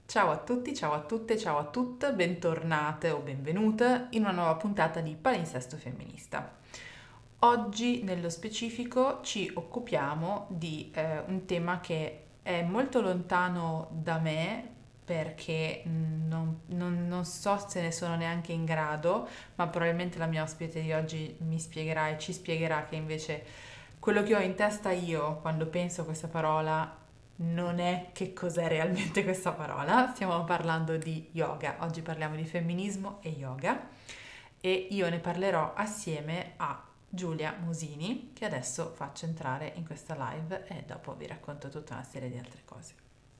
Ciao a tutti, ciao a tutte, ciao a tutte, bentornate o benvenute in una nuova puntata di Palinsesto Femminista. Oggi nello specifico ci occupiamo di un tema che è molto lontano da me perché non so se ne sono neanche in grado, ma probabilmente la mia ospite di oggi mi spiegherà e ci spiegherà che invece quello che ho in testa io quando penso a questa parola non è che cos'è realmente questa parola. Stiamo parlando di yoga. Oggi parliamo di femminismo e yoga e io ne parlerò assieme a Giulia Musini, che adesso faccio entrare in questa live e dopo vi racconto tutta una serie di altre cose.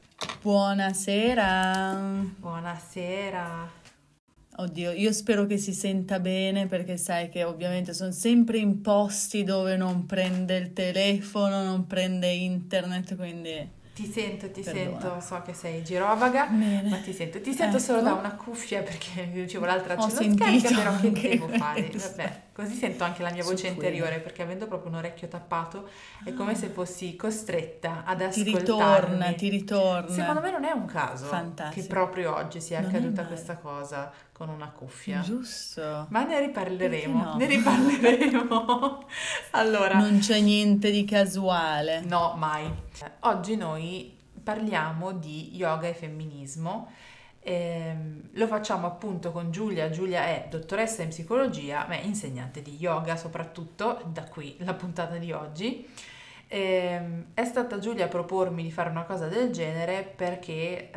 Buonasera. Buonasera. Oddio, io spero che si senta bene perché sai che ovviamente sono sempre in posti dove non prende il telefono, non prende internet, quindi Ti perdona. sento, so che sei girovaga, Bene. ma ti sento solo da Ecco, una cuffia perché dicevo l'altra ho ce l'ho scarica, sentito però che anche devo fare? questo Vabbè, così sento anche la mia su voce quello. interiore perché avendo proprio un orecchio tappato è come se Ah, fossi costretta ad ti ritorna, ascoltarmi. ti Secondo ritorna. me non è un caso che Fantastico. proprio oggi sia Non è accaduta questa male. cosa con una cuffia. Giusto. Ma Perché ne no? riparleremo. Allora, Non c'è niente di casuale. no, mai. Oggi noi parliamo di yoga e femminismo. Lo facciamo appunto con Giulia. Giulia è dottoressa in psicologia, ma è insegnante di yoga soprattutto, da qui la puntata di oggi. È stata Giulia a propormi di fare una cosa del genere perché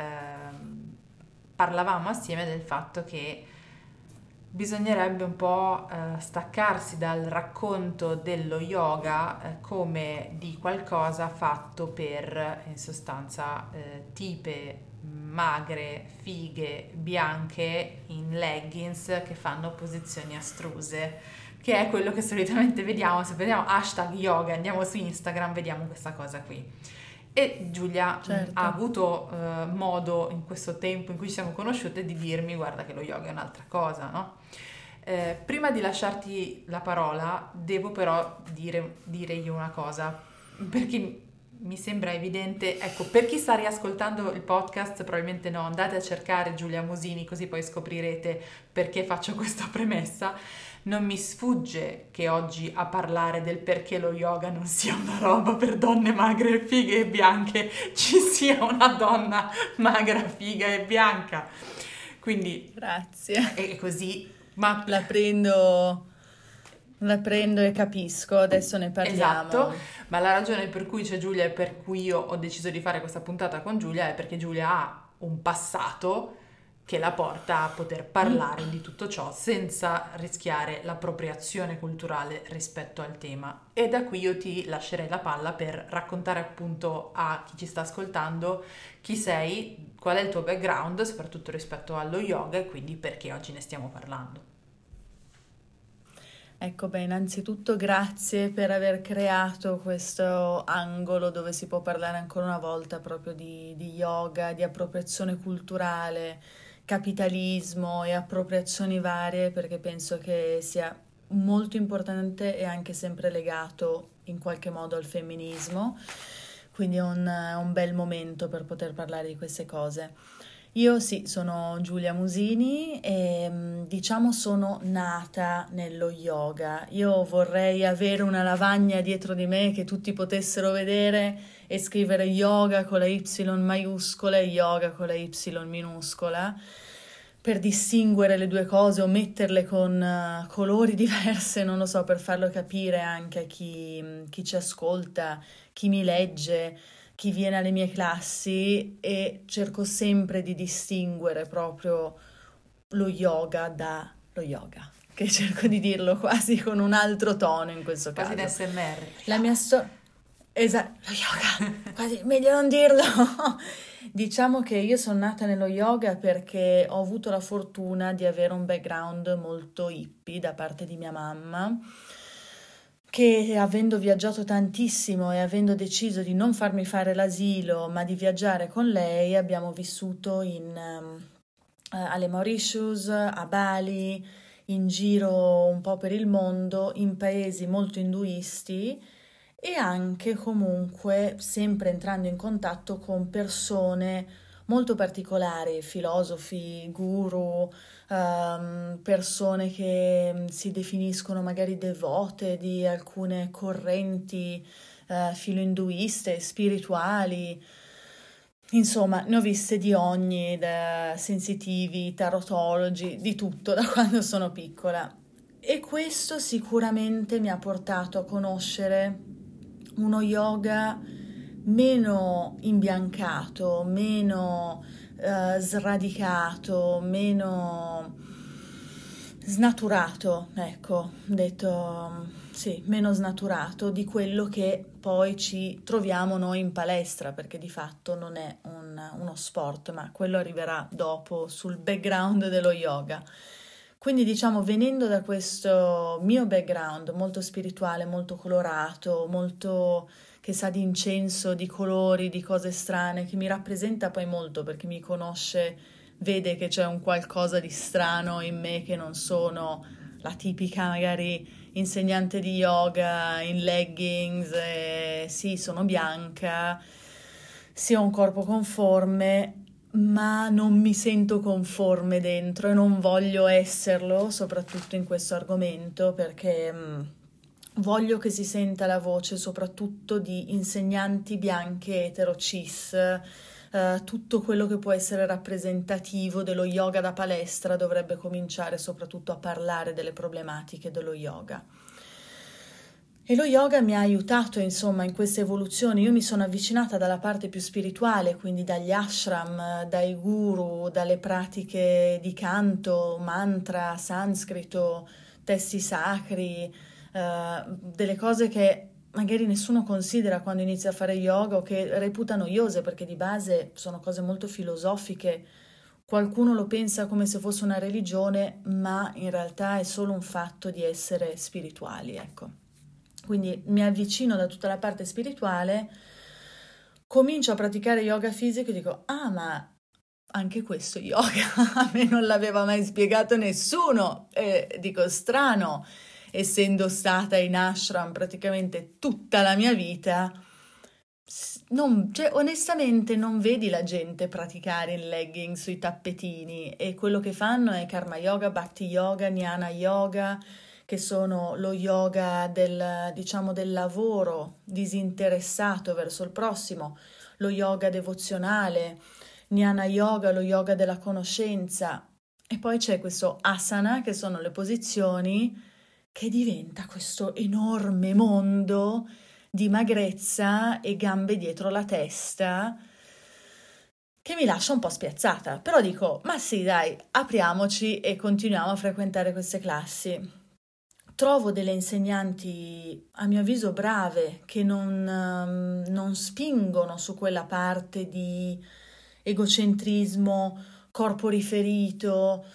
parlavamo assieme del fatto che bisognerebbe un po' staccarsi dal racconto dello yoga come di qualcosa fatto per, in sostanza, tipe magre, fighe, bianche in leggings che fanno posizioni astruse, che è quello che solitamente vediamo. Se vediamo hashtag yoga, andiamo su Instagram, vediamo questa cosa qui. E Giulia ha Certo. avuto modo in questo tempo in cui ci siamo conosciute di dirmi guarda che lo yoga è un'altra cosa, no? Prima di lasciarti la parola, devo però dire io una cosa, perché mi sembra evidente, ecco, per chi sta riascoltando il podcast, probabilmente no, andate a cercare Giulia Musini, così poi scoprirete perché faccio questa premessa. Non mi sfugge che oggi a parlare del perché lo yoga non sia una roba per donne magre, fighe e bianche, ci sia una donna magra, figa e bianca. Quindi Grazie. è così, ma La prendo, la prendo e capisco, adesso ne esatto, parliamo. ma la ragione per cui c'è Giulia e per cui io ho deciso di fare questa puntata con Giulia è perché Giulia ha un passato che la porta a poter parlare di tutto ciò senza rischiare l'appropriazione culturale rispetto al tema. E da qui io ti lascerei la palla per raccontare appunto a chi ci sta ascoltando chi sei, qual è il tuo background, soprattutto rispetto allo yoga e quindi perché oggi ne stiamo parlando. Ecco, beh, innanzitutto grazie per aver creato questo angolo dove si può parlare ancora una volta proprio di yoga, di appropriazione culturale, capitalismo e appropriazioni varie, perché penso che sia molto importante e anche sempre legato in qualche modo al femminismo. Quindi è un bel momento per poter parlare di queste cose. Io sì, sono Giulia Musini e diciamo sono nata nello yoga. Io vorrei avere una lavagna dietro di me che tutti potessero vedere e scrivere yoga con la Y maiuscola e yoga con la Y minuscola per distinguere le due cose o metterle con colori diverse, non lo so, per farlo capire anche a chi ci ascolta, chi mi legge, chi viene alle mie classi, e cerco sempre di distinguere proprio lo yoga dallo yoga, che cerco di dirlo quasi con un altro tono in questo Quasi in caso. SMR. La mia storia... Esatto, lo yoga, quasi meglio non dirlo. Diciamo che io sono nata nello yoga perché ho avuto la fortuna di avere un background molto hippie da parte di mia mamma, che avendo viaggiato tantissimo e avendo deciso di non farmi fare l'asilo, ma di viaggiare con lei, abbiamo vissuto alle Mauritius, a Bali, in giro un po' per il mondo, in paesi molto induisti e anche comunque sempre entrando in contatto con persone molto particolari, filosofi, guru, persone che si definiscono magari devote di alcune correnti filo-induiste, spirituali. Insomma, ne ho viste di ogni, da sensitivi, tarotologi, di tutto da quando sono piccola. E questo sicuramente mi ha portato a conoscere uno yoga meno imbiancato, meno sradicato, meno snaturato, ecco, detto sì, meno snaturato di quello che poi ci troviamo noi in palestra, perché di fatto non è uno sport, ma quello arriverà dopo sul background dello yoga. Quindi diciamo, venendo da questo mio background molto spirituale, molto colorato, molto che sa di incenso, di colori, di cose strane, che mi rappresenta poi molto perché mi conosce, vede che c'è un qualcosa di strano in me, che non sono la tipica magari insegnante di yoga in leggings, sì, sono bianca, sì, ho un corpo conforme, ma non mi sento conforme dentro e non voglio esserlo, soprattutto in questo argomento, perché voglio che si senta la voce soprattutto di insegnanti bianche etero cis, tutto quello che può essere rappresentativo dello yoga da palestra dovrebbe cominciare soprattutto a parlare delle problematiche dello yoga. E lo yoga mi ha aiutato, insomma, in queste evoluzioni. Io mi sono avvicinata dalla parte più spirituale, quindi dagli ashram, dai guru, dalle pratiche di canto, mantra, sanscrito, testi sacri, delle cose che magari nessuno considera quando inizia a fare yoga o che reputa noiose, perché di base sono cose molto filosofiche. Qualcuno lo pensa come se fosse una religione, ma in realtà è solo un fatto di essere spirituali, ecco. Quindi mi avvicino da tutta la parte spirituale, comincio a praticare yoga fisico e dico, ah, ma anche questo yoga a me non l'aveva mai spiegato nessuno. E dico, strano, essendo stata in ashram praticamente tutta la mia vita, cioè, onestamente non vedi la gente praticare in leggings sui tappetini, e quello che fanno è karma yoga, bhakti yoga, jnana yoga, che sono lo yoga diciamo, del lavoro disinteressato verso il prossimo, lo yoga devozionale, jnana yoga, lo yoga della conoscenza, e poi c'è questo asana, che sono le posizioni, che diventa questo enorme mondo di magrezza e gambe dietro la testa, che mi lascia un po' spiazzata. Però dico, ma sì, dai, apriamoci e continuiamo a frequentare queste classi. Trovo delle insegnanti, a mio avviso, brave, che non spingono su quella parte di egocentrismo, corpo riferito,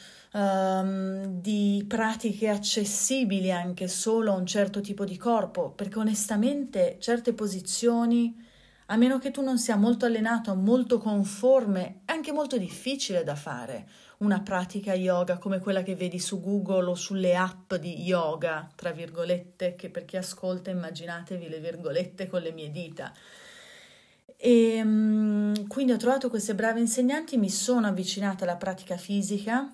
di pratiche accessibili anche solo a un certo tipo di corpo, perché onestamente certe posizioni, a meno che tu non sia molto allenato, molto conforme, è anche molto difficile da fare. Una pratica yoga come quella che vedi su Google o sulle app di yoga, tra virgolette, che per chi ascolta immaginatevi le virgolette con le mie dita. E quindi ho trovato queste brave insegnanti, mi sono avvicinata alla pratica fisica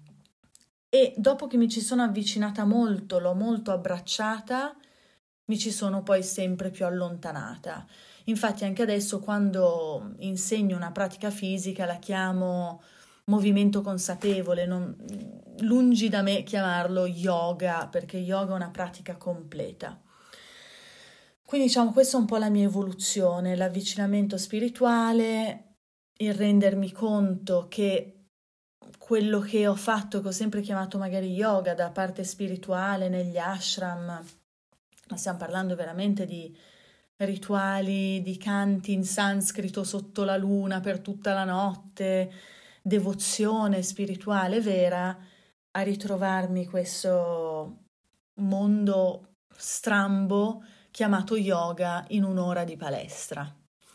e dopo che mi ci sono avvicinata molto, l'ho molto abbracciata, mi ci sono poi sempre più allontanata. Infatti anche adesso quando insegno una pratica fisica la chiamo movimento consapevole, lungi da me chiamarlo yoga, perché yoga è una pratica completa. Quindi diciamo questa è un po' la mia evoluzione, l'avvicinamento spirituale, il rendermi conto che quello che ho fatto, che ho sempre chiamato magari yoga da parte spirituale negli ashram, ma stiamo parlando veramente di rituali, di canti in sanscrito sotto la luna per tutta la notte, devozione spirituale vera, a ritrovarmi questo mondo strambo chiamato yoga in un'ora di palestra.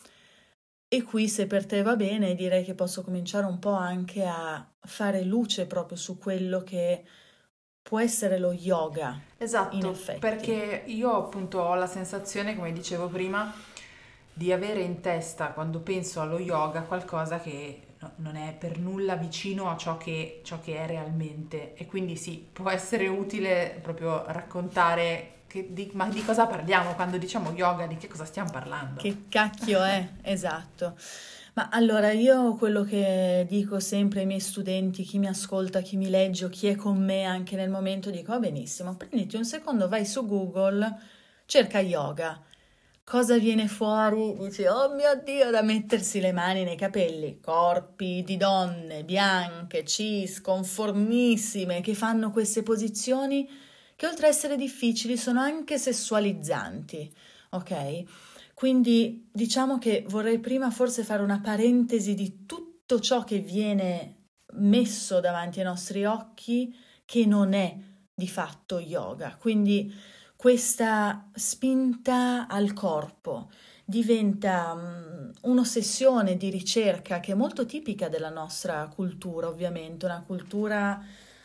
E qui, se per te va bene, direi che posso cominciare un po' anche a fare luce proprio su quello che può essere lo yoga, in Esatto, effetti. perché io appunto ho la sensazione, come dicevo prima, di avere in testa, quando penso allo yoga, qualcosa che non è per nulla vicino a ciò che è realmente, e quindi sì, può essere utile proprio raccontare ma di cosa parliamo quando diciamo yoga, di che cosa stiamo parlando. Che cacchio è? Esatto. Ma allora io quello che dico sempre ai miei studenti, chi mi ascolta, chi mi legge o chi è con me anche nel momento, dico va benissimo, prenditi un secondo, vai su Google, cerca yoga. Cosa viene fuori? Dici, oh mio Dio, da mettersi le mani nei capelli. Corpi di donne bianche, cis, conformissime, che fanno queste posizioni che oltre a essere difficili sono anche sessualizzanti, ok? Quindi diciamo che vorrei prima forse fare una parentesi di tutto ciò che viene messo davanti ai nostri occhi che non è di fatto yoga. Quindi questa spinta al corpo diventa un'ossessione di ricerca che è molto tipica della nostra cultura, ovviamente, una cultura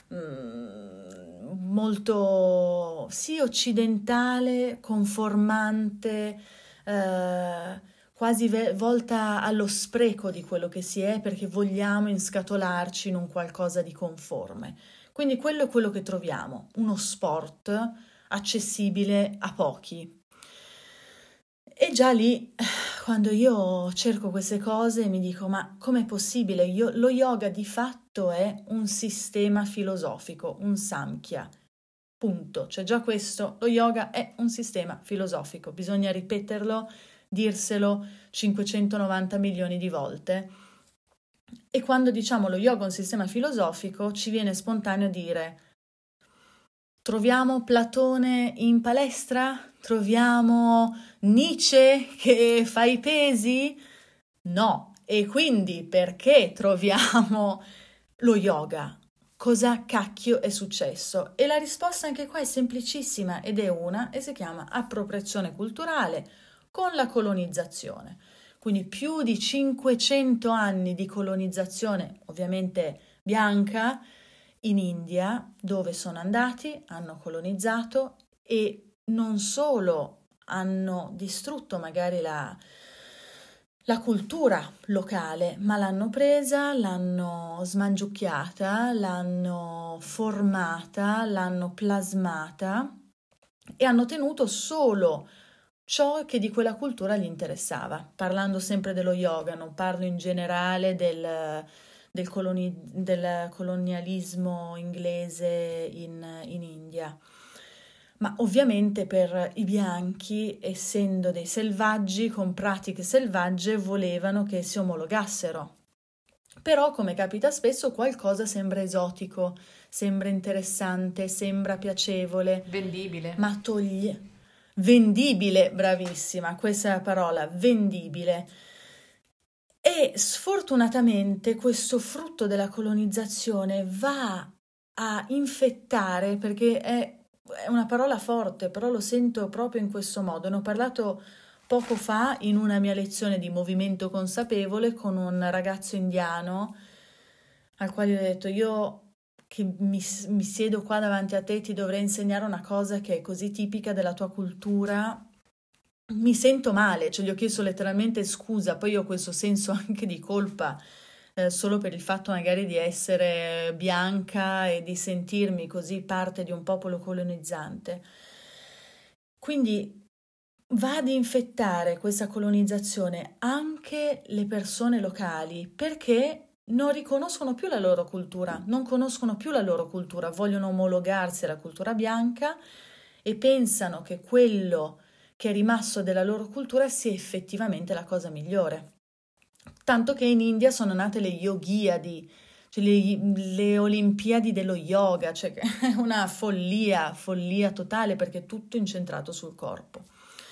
molto sì occidentale, conformante, quasi volta allo spreco di quello che si è perché vogliamo inscatolarci in un qualcosa di conforme. Quindi quello è quello che troviamo, uno sport accessibile a pochi. E già lì, quando io cerco queste cose, mi dico, ma com'è possibile? Lo yoga di fatto è un sistema filosofico, un samkhya. Punto. Cioè già questo, lo yoga è un sistema filosofico. Bisogna ripeterlo, dirselo 590 milioni di volte. E quando diciamo lo yoga è un sistema filosofico, ci viene spontaneo dire: troviamo Platone in palestra? Troviamo Nietzsche che fa i pesi? No. E quindi perché troviamo lo yoga? Cosa cacchio è successo? E la risposta anche qua è semplicissima ed è una e si chiama appropriazione culturale con la colonizzazione. Quindi più di 500 anni di colonizzazione, ovviamente bianca, in India, dove sono andati, hanno colonizzato e non solo hanno distrutto magari la cultura locale, ma l'hanno presa, l'hanno smangiucchiata, l'hanno formata, l'hanno plasmata e hanno tenuto solo ciò che di quella cultura gli interessava. Parlando sempre dello yoga, non parlo in generale del colonialismo inglese in India. Ma ovviamente per i bianchi, essendo dei selvaggi con pratiche selvagge, volevano che si omologassero. Però, come capita spesso, qualcosa sembra esotico, sembra interessante, sembra piacevole. Vendibile. Ma toglie... Vendibile, bravissima, questa è la parola, vendibile. E sfortunatamente questo frutto della colonizzazione va a infettare, perché è una parola forte, però lo sento proprio in questo modo. Ne ho parlato poco fa in una mia lezione di movimento consapevole con un ragazzo indiano al quale ho detto: io che mi siedo qua davanti a te, ti dovrei insegnare una cosa che è così tipica della tua cultura. Mi sento male, cioè gli ho chiesto letteralmente scusa, poi ho questo senso anche di colpa, solo per il fatto magari di essere bianca e di sentirmi così parte di un popolo colonizzante. Quindi va ad infettare questa colonizzazione anche le persone locali, perché non riconoscono più la loro cultura, non conoscono più la loro cultura, vogliono omologarsi alla cultura bianca e pensano che quello che è rimasto della loro cultura sia effettivamente la cosa migliore. Tanto che in India sono nate le Yoghiadi, cioè le Olimpiadi dello yoga, cioè è una follia totale perché è tutto incentrato sul corpo.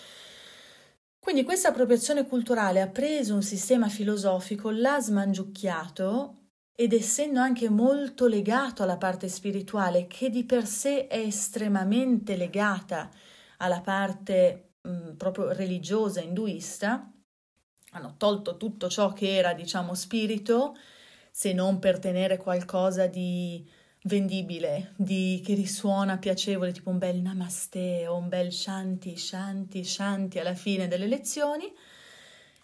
Quindi questa appropriazione culturale ha preso un sistema filosofico, l'ha smangiucchiato ed essendo anche molto legato alla parte spirituale, che di per sé è estremamente legata alla parte proprio religiosa induista, hanno tolto tutto ciò che era, diciamo, spirito, se non per tenere qualcosa di vendibile, che risuona piacevole, tipo un bel namaste o un bel shanti alla fine delle lezioni,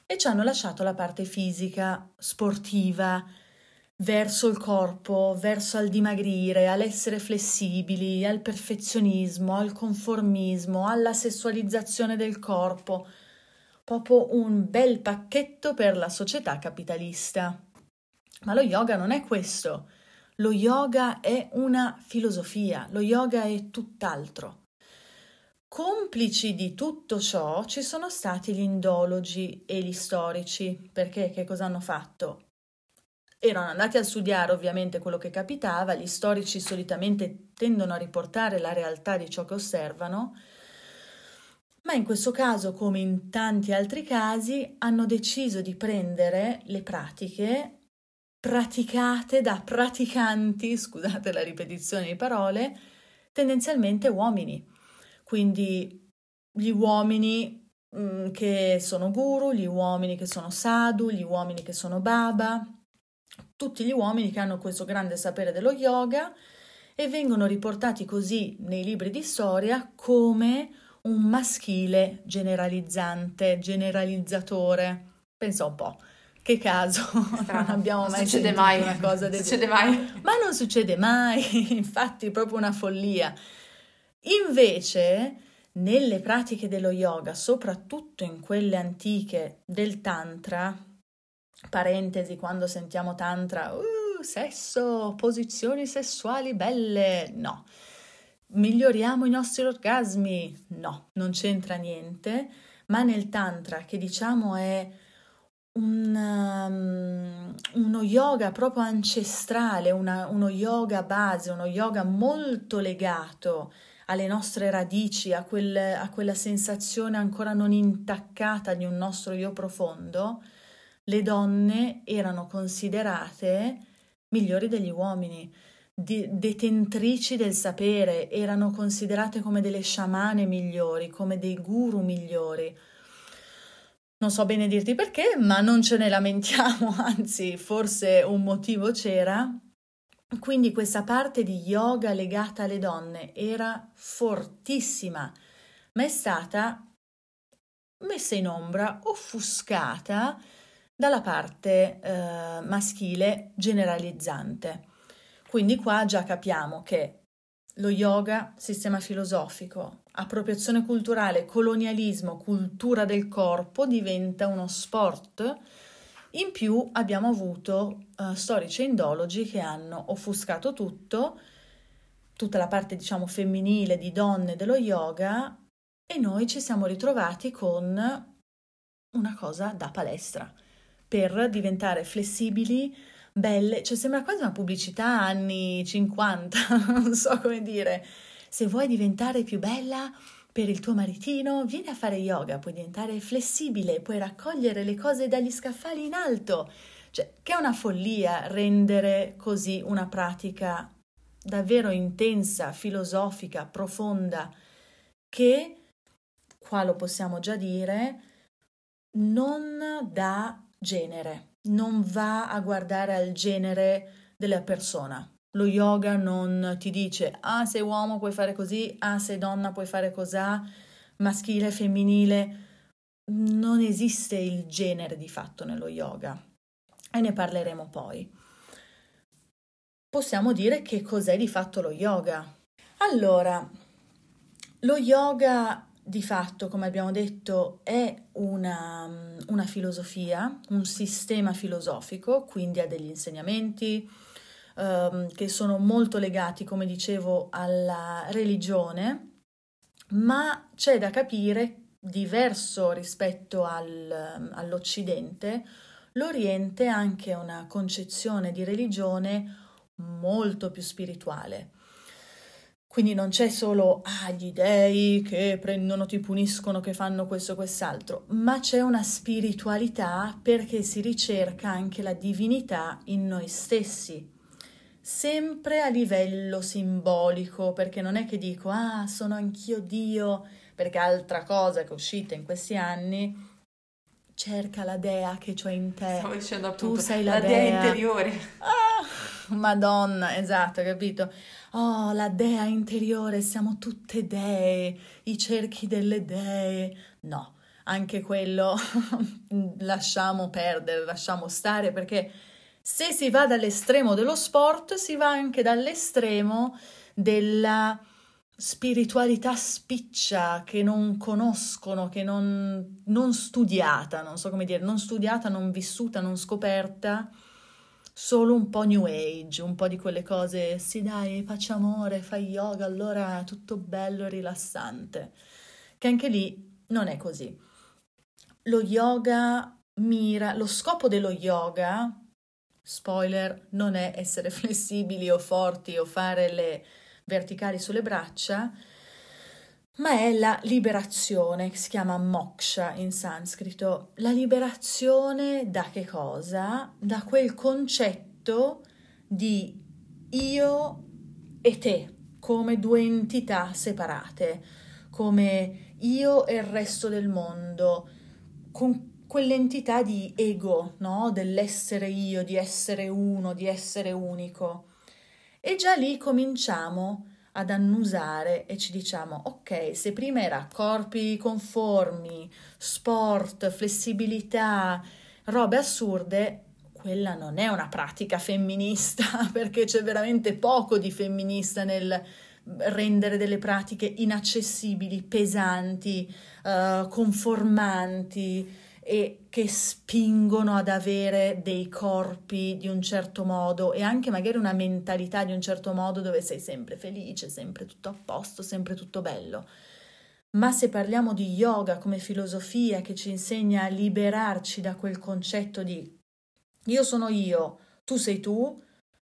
e ci hanno lasciato la parte fisica, sportiva, verso il corpo, verso al dimagrire, all'essere flessibili, al perfezionismo, al conformismo, alla sessualizzazione del corpo. Proprio un bel pacchetto per la società capitalista. Ma lo yoga non è questo. Lo yoga è una filosofia, lo yoga è tutt'altro. Complici di tutto ciò ci sono stati gli indologi e gli storici, perché che cosa hanno fatto? Erano andati a studiare ovviamente quello che capitava, gli storici solitamente tendono a riportare la realtà di ciò che osservano, ma in questo caso, come in tanti altri casi, hanno deciso di prendere le pratiche praticate da praticanti, scusate la ripetizione di parole, tendenzialmente uomini. Quindi gli uomini che sono guru, gli uomini che sono sadhu, gli uomini che sono baba, tutti gli uomini che hanno questo grande sapere dello yoga e vengono riportati così nei libri di storia come un maschile generalizzante, generalizzatore. Pensa un po'. Che caso, non abbiamo non mai succede sentito mai. una cosa del Succede mai. Ma non succede mai, infatti è proprio una follia. Invece, nelle pratiche dello yoga, soprattutto in quelle antiche del tantra, parentesi, quando sentiamo tantra, sesso, posizioni sessuali belle, no. Miglioriamo i nostri orgasmi, no, non c'entra niente, ma nel tantra, che diciamo è uno yoga proprio ancestrale, uno yoga base, uno yoga molto legato alle nostre radici, a quella sensazione ancora non intaccata di un nostro io profondo, le donne erano considerate migliori degli uomini, detentrici del sapere, erano considerate come delle sciamane migliori, come dei guru migliori. Non so bene dirti perché, ma non ce ne lamentiamo, anzi, forse un motivo c'era. Quindi questa parte di yoga legata alle donne era fortissima, ma è stata messa in ombra, offuscata dalla parte maschile generalizzante. Quindi qua già capiamo che lo yoga, sistema filosofico, appropriazione culturale, colonialismo, cultura del corpo diventa uno sport. In più abbiamo avuto storici e indologi che hanno offuscato tutto, tutta la parte diciamo femminile di donne dello yoga e noi ci siamo ritrovati con una cosa da palestra per diventare flessibili, belle, cioè sembra quasi una pubblicità anni 50, non so come dire. Se vuoi diventare più bella per il tuo maritino, vieni a fare yoga, puoi diventare flessibile, puoi raccogliere le cose dagli scaffali in alto. Cioè, che è una follia rendere così una pratica davvero intensa, filosofica, profonda, che, qua lo possiamo già dire, non dà genere, non va a guardare al genere della persona. Lo yoga non ti dice sei uomo puoi fare così, sei donna puoi fare cosà, maschile, femminile. Non esiste il genere di fatto nello yoga e ne parleremo poi. Possiamo dire che cos'è di fatto lo yoga. Allora, lo yoga di fatto, come abbiamo detto, è una filosofia, un sistema filosofico, quindi ha degli insegnamenti che sono molto legati, come dicevo, alla religione, ma c'è da capire, diverso rispetto all'Occidente, l'Oriente ha anche una concezione di religione molto più spirituale. Quindi non c'è solo gli dei che prendono, ti puniscono, che fanno questo o quest'altro, ma c'è una spiritualità perché si ricerca anche la divinità in noi stessi, sempre a livello simbolico, perché non è che dico sono anch'io Dio, perché altra cosa che è uscita in questi anni, cerca la dea che c'è in te. Stavo dicendo appunto, tu sei la dea interiore. Madonna, esatto, capito? La dea interiore, siamo tutte dee, i cerchi delle dee. No, anche quello lasciamo perdere, lasciamo stare, perché se si va dall'estremo dello sport, si va anche dall'estremo della spiritualità spiccia che non conoscono, che non studiata, non so come dire, non studiata, non vissuta, non scoperta, solo un po' New Age, un po' di quelle cose, sì dai, faccia amore, fai yoga, allora tutto bello e rilassante, che anche lì non è così. Lo yoga mira, lo scopo dello yoga, spoiler, non è essere flessibili o forti o fare le verticali sulle braccia, ma è la liberazione, che si chiama moksha in sanscrito. La liberazione da che cosa? Da quel concetto di io e te, come due entità separate, come io e il resto del mondo, con quell'entità di ego, no? Dell'essere io, di essere uno, di essere unico. E già lì cominciamo ad annusare e ci diciamo, ok, se prima era corpi conformi, sport, flessibilità, robe assurde, quella non è una pratica femminista, perché c'è veramente poco di femminista nel rendere delle pratiche inaccessibili, pesanti, conformanti e che spingono ad avere dei corpi di un certo modo e anche magari una mentalità di un certo modo dove sei sempre felice, sempre tutto a posto, sempre tutto bello. Ma se parliamo di yoga come filosofia che ci insegna a liberarci da quel concetto di io sono io, tu sei tu,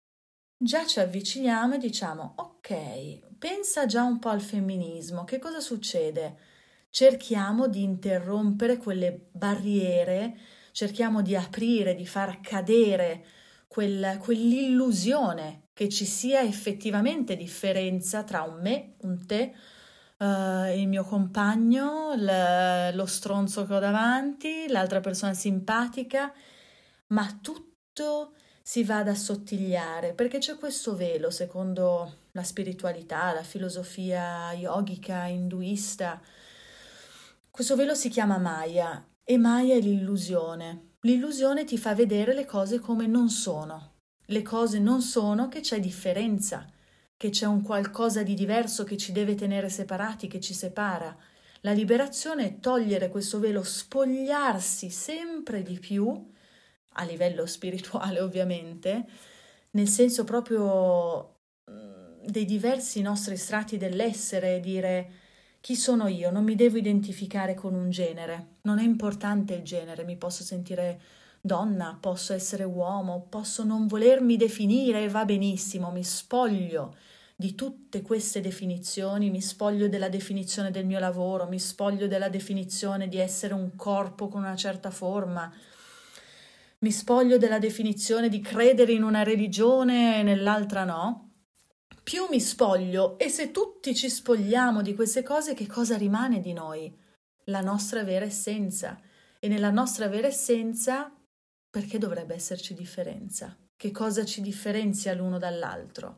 già ci avviciniamo e diciamo ok, pensa già un po' al femminismo, che cosa succede? Cerchiamo di interrompere quelle barriere, cerchiamo di aprire, di far cadere quell'illusione che ci sia effettivamente differenza tra un me, un te, il mio compagno, lo stronzo che ho davanti, l'altra persona simpatica, ma tutto si va ad assottigliare perché c'è questo velo, secondo la spiritualità, la filosofia yogica, induista. Questo velo si chiama Maya e Maya è l'illusione. L'illusione ti fa vedere le cose come non sono. Le cose non sono che c'è differenza, che c'è un qualcosa di diverso che ci deve tenere separati, che ci separa. La liberazione è togliere questo velo, spogliarsi sempre di più, a livello spirituale ovviamente, nel senso proprio dei diversi nostri strati dell'essere, dire chi sono io? Non mi devo identificare con un genere, non è importante il genere, mi posso sentire donna, posso essere uomo, posso non volermi definire e va benissimo, mi spoglio di tutte queste definizioni, mi spoglio della definizione del mio lavoro, mi spoglio della definizione di essere un corpo con una certa forma, mi spoglio della definizione di credere in una religione e nell'altra no. Più mi spoglio, e se tutti ci spogliamo di queste cose, che cosa rimane di noi? La nostra vera essenza. E nella nostra vera essenza, perché dovrebbe esserci differenza? Che cosa ci differenzia l'uno dall'altro?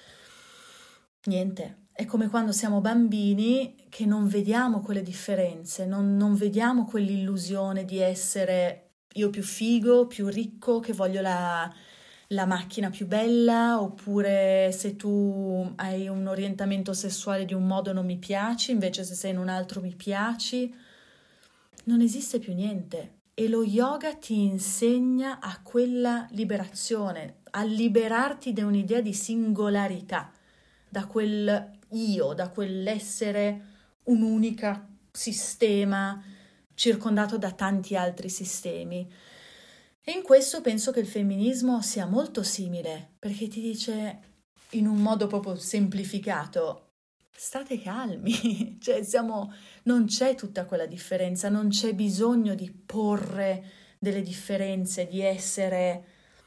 Niente, è come quando siamo bambini che non vediamo quelle differenze, non vediamo quell'illusione di essere io più figo, più ricco, che voglio la macchina più bella, oppure se tu hai un orientamento sessuale di un modo non mi piaci, invece se sei in un altro mi piaci. Non esiste più niente e lo yoga ti insegna a quella liberazione, a liberarti da un'idea di singolarità, da quel io, da quell'essere un unico sistema circondato da tanti altri sistemi. E in questo penso che il femminismo sia molto simile, perché ti dice in un modo proprio semplificato, state calmi, cioè non c'è tutta quella differenza, non c'è bisogno di porre delle differenze, di essere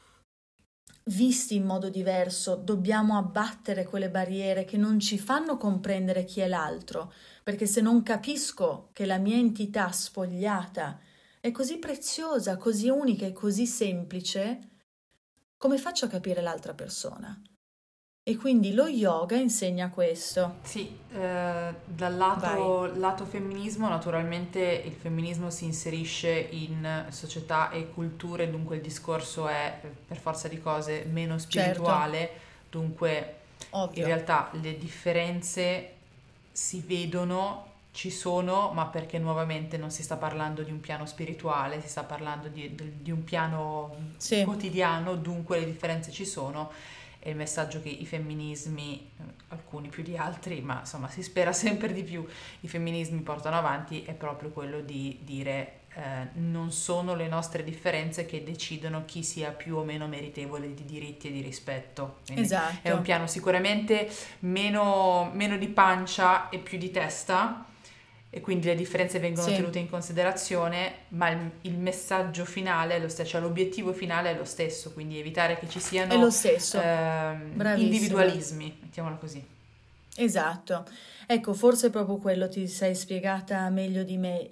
visti in modo diverso, dobbiamo abbattere quelle barriere che non ci fanno comprendere chi è l'altro, perché se non capisco che la mia entità spogliata è così preziosa, così unica e così semplice, come faccio a capire l'altra persona? E quindi lo yoga insegna questo. Sì, dal Vai. lato femminismo, naturalmente il femminismo si inserisce in società e culture, dunque il discorso è per forza di cose meno Certo, spirituale, dunque in ovvio. realtà le differenze si vedono, ci sono, ma perché nuovamente non si sta parlando di un piano spirituale, si sta parlando di un piano Sì. quotidiano, dunque le differenze ci sono e il messaggio che i femminismi, alcuni più di altri, ma insomma si spera sempre di più, i femminismi portano avanti è proprio quello di dire non sono le nostre differenze che decidono chi sia più o meno meritevole di diritti e di rispetto. Quindi è un Esatto. piano sicuramente meno di pancia e più di testa e quindi le differenze vengono Sì, tenute in considerazione, ma il messaggio finale è lo stesso, cioè l'obiettivo finale è lo stesso, quindi evitare che ci è lo siano stesso. Bravissima. individualismi, mettiamola così. Esatto. Ecco, forse è proprio quello ti sei spiegata meglio di me,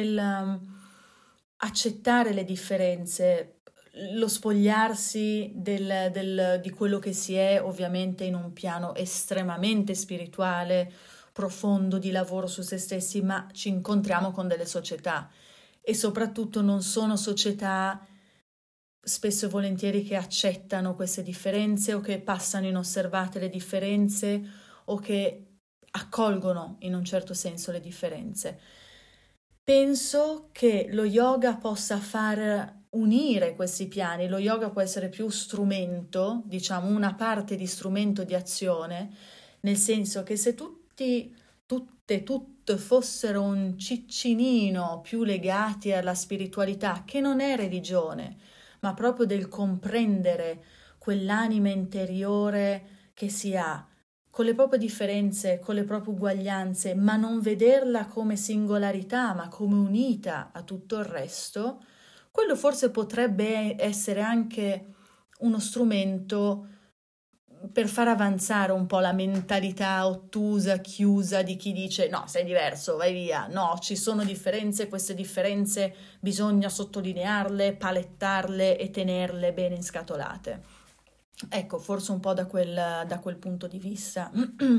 accettare le differenze, lo spogliarsi di quello che si è, ovviamente in un piano estremamente spirituale, profondo di lavoro su se stessi, ma ci incontriamo con delle società e soprattutto non sono società spesso e volentieri che accettano queste differenze o che passano inosservate le differenze o che accolgono in un certo senso le differenze. Penso che lo yoga possa far unire questi piani, lo yoga può essere più strumento, diciamo una parte di strumento di azione, nel senso che se tutte fossero un ciccinino più legati alla spiritualità, che non è religione, ma proprio del comprendere quell'anima interiore che si ha, con le proprie differenze, con le proprie uguaglianze, ma non vederla come singolarità, ma come unita a tutto il resto, quello forse potrebbe essere anche uno strumento per far avanzare un po' la mentalità ottusa, chiusa di chi dice no, sei diverso, vai via, no, ci sono differenze, queste differenze bisogna sottolinearle, palettarle e tenerle bene inscatolate. Ecco, forse un po' da quel punto di vista.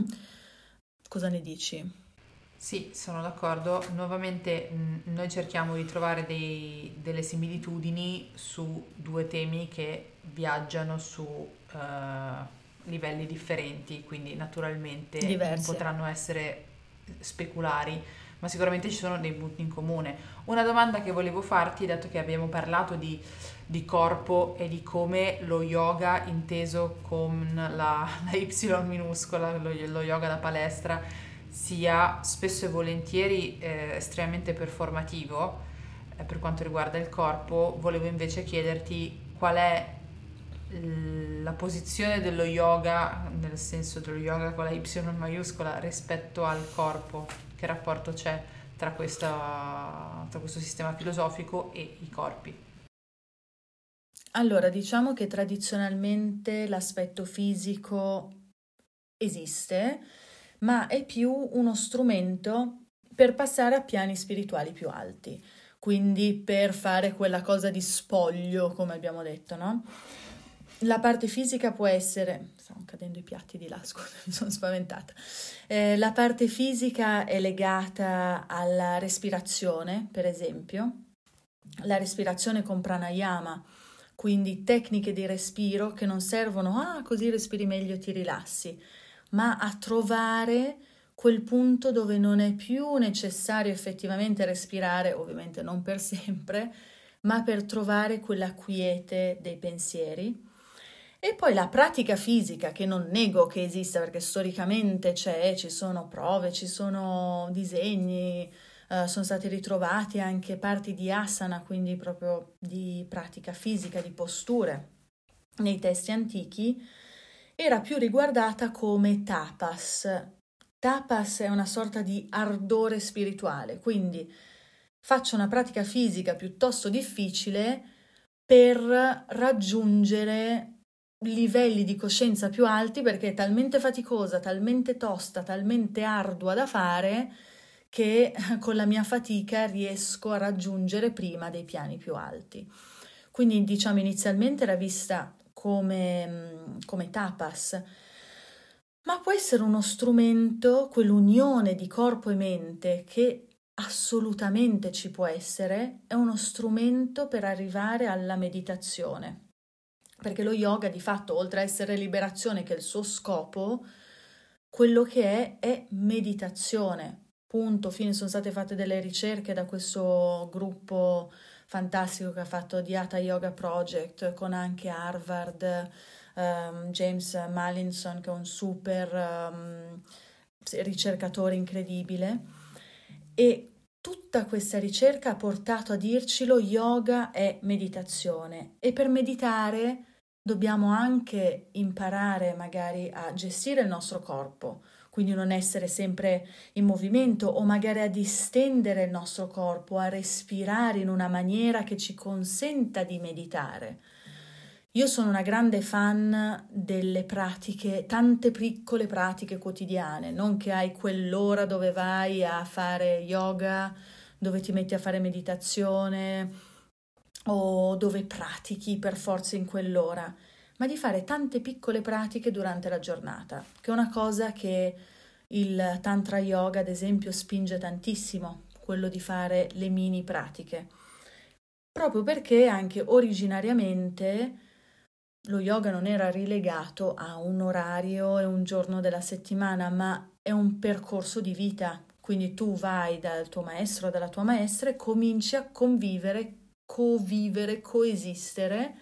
Cosa ne dici? Sì, sono d'accordo. Nuovamente noi cerchiamo di trovare delle similitudini su due temi che viaggiano su livelli differenti, quindi naturalmente non Diverse. potranno essere speculari, ma sicuramente ci sono dei punti in comune. Una domanda che volevo farti, dato che abbiamo parlato di corpo e di come lo yoga inteso con la Y minuscola, lo yoga da palestra, sia spesso e volentieri estremamente performativo per quanto riguarda il corpo, volevo invece chiederti qual è la posizione dello yoga, nel senso dello yoga con la Y maiuscola, rispetto al corpo, che rapporto c'è tra questo sistema filosofico e i corpi. Allora, diciamo che tradizionalmente l'aspetto fisico esiste, ma è più uno strumento per passare a piani spirituali più alti, quindi per fare quella cosa di spoglio, come abbiamo detto, no? La parte fisica può essere, stanno cadendo i piatti di là, scusa, mi sono spaventata. La parte fisica è legata alla respirazione, per esempio, la respirazione con pranayama, quindi tecniche di respiro che non servono, così respiri meglio e ti rilassi, ma a trovare quel punto dove non è più necessario effettivamente respirare, ovviamente non per sempre, ma per trovare quella quiete dei pensieri. E poi la pratica fisica, che non nego che esista perché storicamente c'è, ci sono prove, ci sono disegni, sono stati ritrovati anche parti di asana, quindi proprio di pratica fisica, di posture nei testi antichi, era più riguardata come tapas. Tapas è una sorta di ardore spirituale, quindi faccio una pratica fisica piuttosto difficile per raggiungere livelli di coscienza più alti perché è talmente faticosa, talmente tosta, talmente ardua da fare che con la mia fatica riesco a raggiungere prima dei piani più alti. Quindi diciamo inizialmente era vista come tapas. Ma può essere uno strumento, quell'unione di corpo e mente che assolutamente ci può essere, è uno strumento per arrivare alla meditazione. Perché lo yoga di fatto, oltre a essere liberazione, che è il suo scopo, quello che è meditazione. Punto, fine. Sono state fatte delle ricerche da questo gruppo fantastico che ha fatto The Hatha Yoga Project con anche Harvard, James Mallinson, che è un super ricercatore incredibile, e tutta questa ricerca ha portato a dirci lo yoga è meditazione, e per meditare dobbiamo anche imparare magari a gestire il nostro corpo, quindi non essere sempre in movimento, o magari a distendere il nostro corpo, a respirare in una maniera che ci consenta di meditare. Io sono una grande fan delle pratiche, tante piccole pratiche quotidiane, non che hai quell'ora dove vai a fare yoga, dove ti metti a fare meditazione o dove pratichi per forza in quell'ora, ma di fare tante piccole pratiche durante la giornata, che è una cosa che il Tantra Yoga, ad esempio, spinge tantissimo, quello di fare le mini pratiche, proprio perché anche originariamente lo yoga non era rilegato a un orario e un giorno della settimana, ma è un percorso di vita. Quindi tu vai dal tuo maestro o dalla tua maestra e cominci a convivere, coesistere,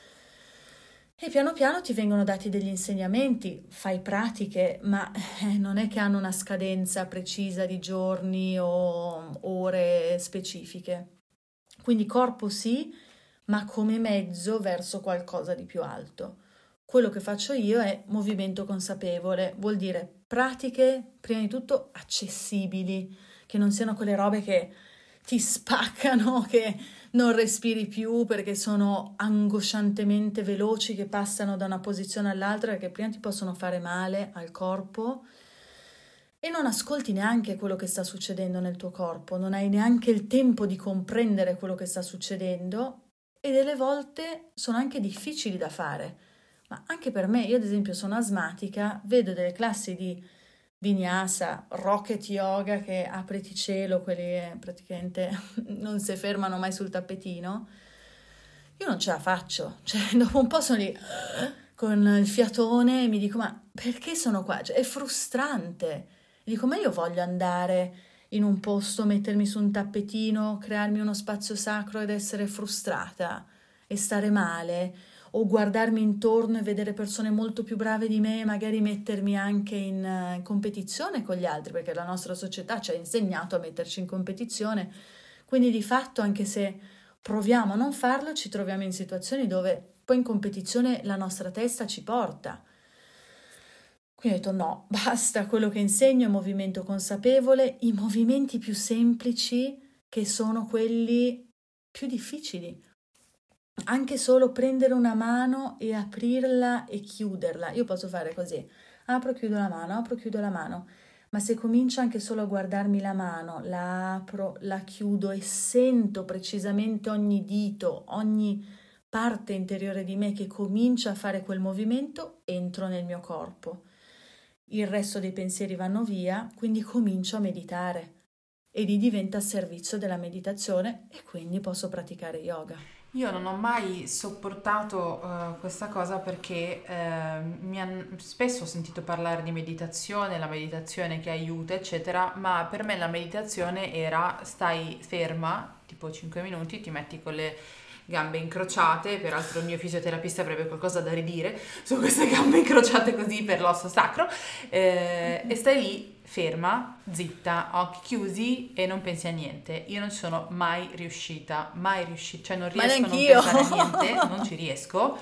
e piano piano ti vengono dati degli insegnamenti, fai pratiche, ma non è che hanno una scadenza precisa di giorni o ore specifiche. Quindi corpo sì, ma come mezzo verso qualcosa di più alto. Quello che faccio io è movimento consapevole, vuol dire pratiche, prima di tutto, accessibili, che non siano quelle robe che ti spaccano, che non respiri più perché sono angosciantemente veloci, che passano da una posizione all'altra, che prima ti possono fare male al corpo, e non ascolti neanche quello che sta succedendo nel tuo corpo, non hai neanche il tempo di comprendere quello che sta succedendo, e delle volte sono anche difficili da fare. Ma anche per me, io ad esempio sono asmatica, vedo delle classi di Vinyasa, Rocket Yoga, che apriti cielo, quelli praticamente non si fermano mai sul tappetino. Io non ce la faccio, cioè dopo un po' sono lì con il fiatone e mi dico, ma perché sono qua? Cioè, è frustrante. E dico, ma io voglio andare in un posto, mettermi su un tappetino, crearmi uno spazio sacro ed essere frustrata e stare male, o guardarmi intorno e vedere persone molto più brave di me e magari mettermi anche in competizione con gli altri, perché la nostra società ci ha insegnato a metterci in competizione. Quindi di fatto, anche se proviamo a non farlo, ci troviamo in situazioni dove poi in competizione la nostra testa ci porta. Quindi ho detto no, basta, quello che insegno è movimento consapevole, i movimenti più semplici, che sono quelli più difficili. Anche solo prendere una mano e aprirla e chiuderla. Io posso fare così, apro, chiudo la mano, apro, chiudo la mano, ma se comincio anche solo a guardarmi la mano, la apro, la chiudo e sento precisamente ogni dito, ogni parte interiore di me che comincia a fare quel movimento, entro nel mio corpo. Il resto dei pensieri vanno via, quindi comincio a meditare e lì diventa a servizio della meditazione e quindi posso praticare yoga. Io non ho mai sopportato questa cosa perché spesso ho sentito parlare di meditazione, la meditazione che aiuta, eccetera, ma per me la meditazione era stai ferma, tipo 5 minuti, ti metti con le gambe incrociate, peraltro il mio fisioterapista avrebbe qualcosa da ridire su queste gambe incrociate così per l'osso sacro, e stai lì ferma, zitta, occhi chiusi e non pensi a niente. Io non ci sono mai riuscita, cioè non Ma riesco a non neanch'io! pensare a niente, non ci riesco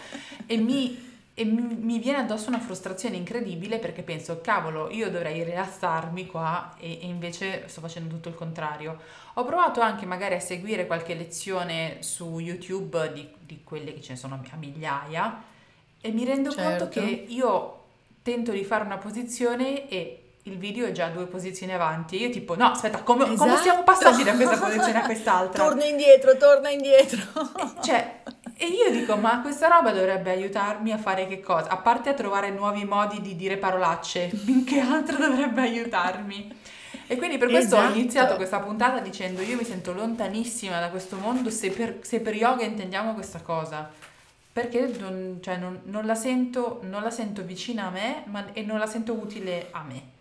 e mi viene addosso una frustrazione incredibile perché penso, cavolo, io dovrei rilassarmi qua e invece sto facendo tutto il contrario. Ho provato anche magari a seguire qualche lezione su YouTube di quelle che ce ne sono a migliaia e mi rendo conto che Certo. io tento di fare una posizione e il video è già 2 posizioni avanti. Io tipo, no, aspetta, come siamo Esatto! passati da questa posizione a quest'altra? Torna indietro, torna indietro. Cioè, E io dico, ma questa roba dovrebbe aiutarmi a fare che cosa? A parte a trovare nuovi modi di dire parolacce, in che altro dovrebbe aiutarmi? E quindi per questo ho iniziato Esatto. questa puntata dicendo io mi sento lontanissima da questo mondo se per yoga intendiamo questa cosa. Perché cioè, non la sento vicina a me e non la sento utile a me.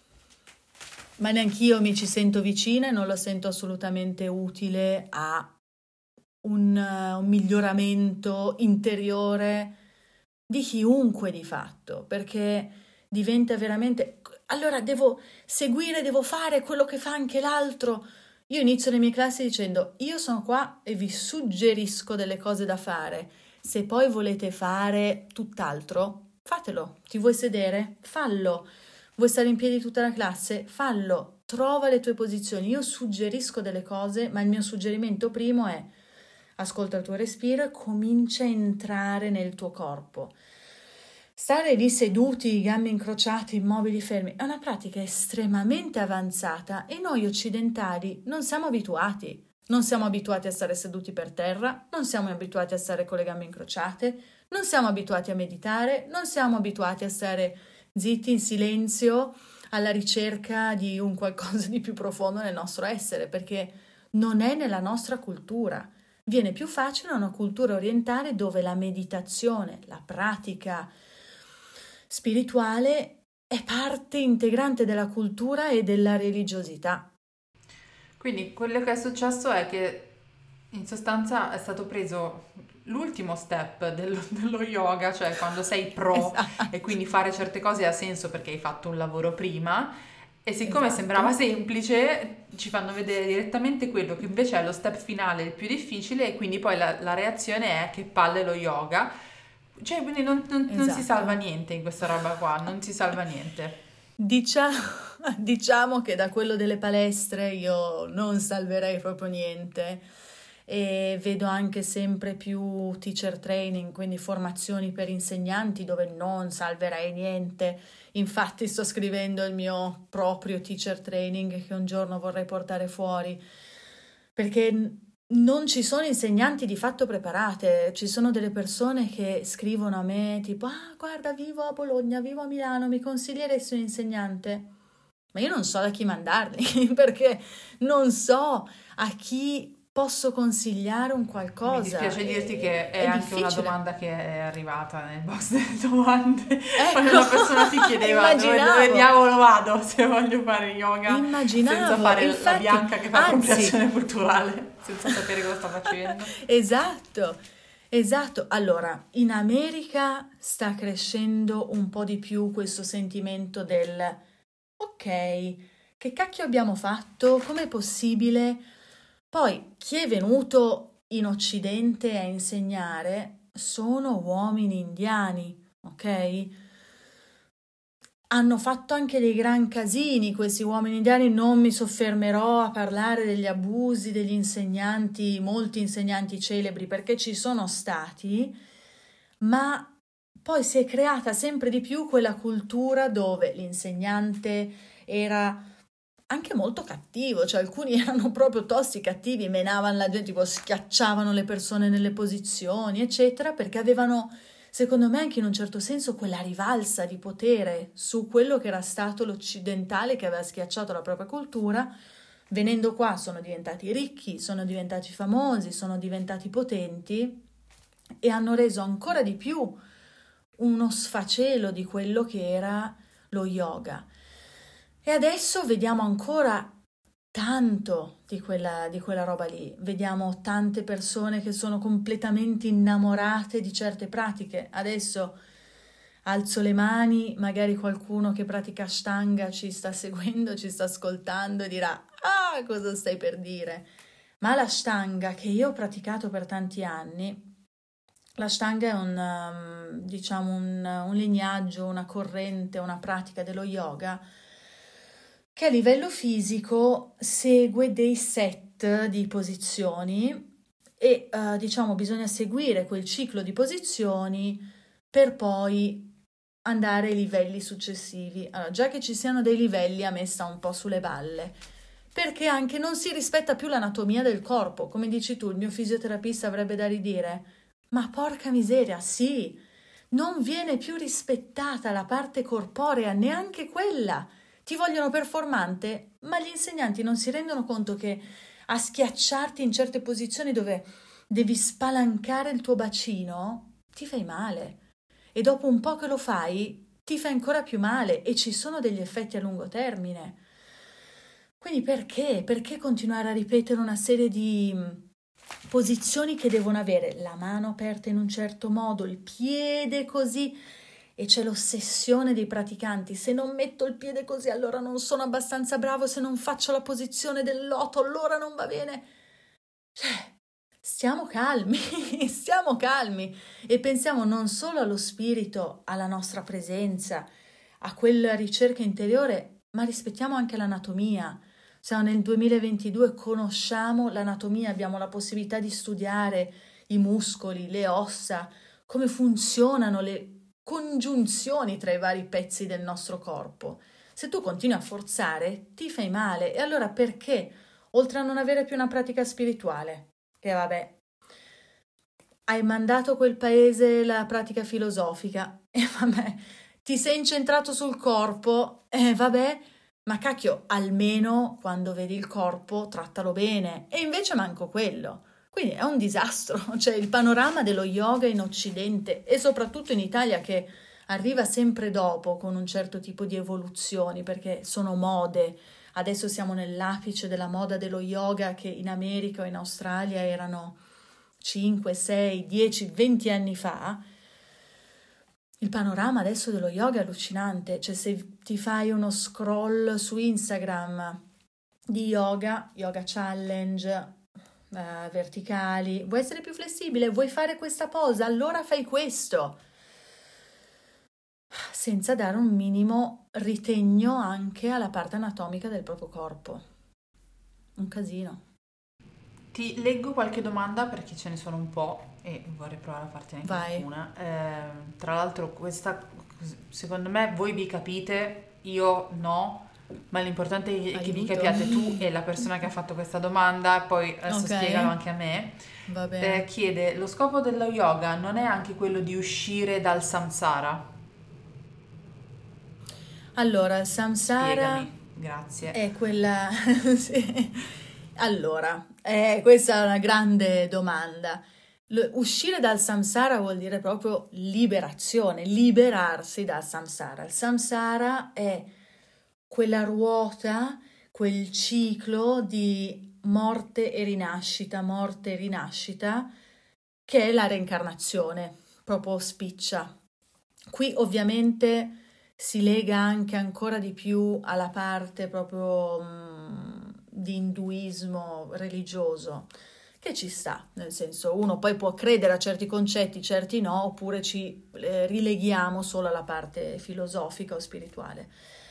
Ma neanch'io mi ci sento vicina e non lo sento assolutamente utile a un miglioramento interiore di chiunque di fatto, perché diventa veramente... Allora devo seguire, devo fare quello che fa anche l'altro. Io inizio le mie classi dicendo: io sono qua e vi suggerisco delle cose da fare. Se poi volete fare tutt'altro, fatelo. Ti vuoi sedere? Fallo. Vuoi stare in piedi tutta la classe? Fallo. Trova le tue posizioni. Io suggerisco delle cose, ma il mio suggerimento primo è: ascolta il tuo respiro e comincia a entrare nel tuo corpo. Stare lì seduti, gambe incrociate, immobili, fermi, è una pratica estremamente avanzata e noi occidentali non siamo abituati. Non siamo abituati a stare seduti per terra, non siamo abituati a stare con le gambe incrociate, non siamo abituati a meditare, non siamo abituati a stare zitti in silenzio alla ricerca di un qualcosa di più profondo nel nostro essere, perché non è nella nostra cultura. Viene più facile in una cultura orientale dove la meditazione, la pratica spirituale è parte integrante della cultura e della religiosità. Quindi quello che è successo è che in sostanza è stato preso l'ultimo step dello yoga, cioè quando sei pro e Esatto, quindi fare certe cose ha senso perché hai fatto un lavoro prima e siccome sembrava esatto, semplice ci fanno vedere direttamente quello che invece è lo step finale, il più difficile e quindi poi la reazione è che palle lo yoga. Cioè quindi non si salva esatto. niente in questa roba qua, non si salva niente. Diciamo, diciamo che da quello delle palestre io non salverei proprio niente e vedo anche sempre più teacher training, quindi formazioni per insegnanti dove non salverei niente. Infatti sto scrivendo il mio proprio teacher training che un giorno vorrei portare fuori, perché non ci sono insegnanti di fatto preparate, ci sono delle persone che scrivono a me tipo: ah, guarda, vivo a Bologna, vivo a Milano, mi consiglieresti un insegnante? Ma io non so da chi mandarli, perché non so a chi posso consigliare un Mi qualcosa, dispiace dirti che è è anche una difficile. domanda che è arrivata nel box delle domande. Quando Ecco, una persona ti chiedeva dove immaginavo, diavolo vado se voglio fare yoga senza immaginavo, fare la infatti, bianca che fa anzi, appropriazione culturale, senza sapere cosa sta facendo. esatto, esatto. Allora, in America sta crescendo un po' di più questo sentimento del ok, che cacchio abbiamo fatto? Com'è possibile? Poi chi è venuto in Occidente a insegnare sono uomini indiani, ok? Hanno fatto anche dei gran casini questi uomini indiani, non mi soffermerò a parlare degli abusi degli insegnanti, molti insegnanti celebri, perché ci sono stati, ma poi si è creata sempre di più quella cultura dove l'insegnante era anche molto cattivo, cioè alcuni erano proprio tosti, cattivi, menavano la gente, tipo schiacciavano le persone nelle posizioni, eccetera, perché avevano, secondo me, anche in un certo senso quella rivalsa di potere su quello che era stato l'occidentale che aveva schiacciato la propria cultura. Venendo qua sono diventati ricchi, sono diventati famosi, sono diventati potenti e hanno reso ancora di più uno sfacelo di quello che era lo yoga. E adesso vediamo ancora tanto di quella roba lì. Vediamo tante persone che sono completamente innamorate di certe pratiche. Adesso alzo le mani, magari qualcuno che pratica Ashtanga ci sta seguendo, ci sta ascoltando e dirà: ah, cosa stai per dire? Ma l'Ashtanga che io ho praticato per tanti anni, l'Ashtanga è diciamo un lignaggio, una corrente, una pratica dello yoga che a livello fisico segue dei set di posizioni e diciamo bisogna seguire quel ciclo di posizioni per poi andare ai livelli successivi. Allora, già che ci siano dei livelli a me sta un po' sulle balle, perché anche non si rispetta più l'anatomia del corpo. Come dici tu, il mio fisioterapista avrebbe da ridire: Ma porca miseria, sì, non viene più rispettata la parte corporea, neanche quella. Ti vogliono performante, ma gli insegnanti non si rendono conto che a schiacciarti in certe posizioni dove devi spalancare il tuo bacino, ti fai male. E dopo un po' che lo fai, ti fai ancora più male e ci sono degli effetti a lungo termine. Quindi perché? Perché continuare a ripetere una serie di posizioni che devono avere la mano aperta in un certo modo, il piede così, e c'è l'ossessione dei praticanti: se non metto il piede così allora non sono abbastanza bravo, se non faccio la posizione del loto allora non va bene. Cioè, stiamo calmi, stiamo calmi e pensiamo non solo allo spirito, alla nostra presenza, a quella ricerca interiore, ma rispettiamo anche l'anatomia. Siamo nel 2022, conosciamo l'anatomia, abbiamo la possibilità di studiare i muscoli, le ossa, come funzionano le congiunzioni tra i vari pezzi del nostro corpo. Se tu continui a forzare, ti fai male. E allora perché, oltre a non avere più una pratica spirituale, che vabbè, hai mandato a quel paese la pratica filosofica, e vabbè, ti sei incentrato sul corpo, e vabbè, ma cacchio, almeno quando vedi il corpo trattalo bene, e invece manco quello. Quindi è un disastro, cioè il panorama dello yoga in Occidente e soprattutto in Italia, che arriva sempre dopo con un certo tipo di evoluzioni, perché sono mode. Adesso siamo nell'apice della moda dello yoga, che in America o in Australia erano 5, 6, 10, 20 anni fa. Il panorama adesso dello yoga è allucinante, cioè se ti fai uno scroll su Instagram di yoga challenge, verticali, vuoi essere più flessibile, vuoi fare questa posa, allora fai questo, senza dare un minimo ritegno anche alla parte anatomica del proprio corpo. Un casino. Ti leggo qualche domanda perché ce ne sono un po' e vorrei provare a fartene Vai. qualcuna. Tra l'altro questa, secondo me voi vi capite, io no, ma l'importante è che vi Aiuto. capiate tu e la persona che ha fatto questa domanda, poi adesso Ok, spiegalo anche a me. va bene. Chiede, lo scopo dello yoga non è anche quello di uscire dal samsara? Allora, il samsara Spiegami, grazie. è quella... sì. Allora, questa è una grande domanda. Uscire dal samsara vuol dire proprio liberazione, liberarsi dal samsara. Il samsara è quella ruota, quel ciclo di morte e rinascita, che è la reincarnazione, proprio spiccia. Qui ovviamente si lega anche ancora di più alla parte proprio di induismo religioso, che ci sta, nel senso uno poi può credere a certi concetti, certi no, oppure ci rileghiamo solo alla parte filosofica o spirituale.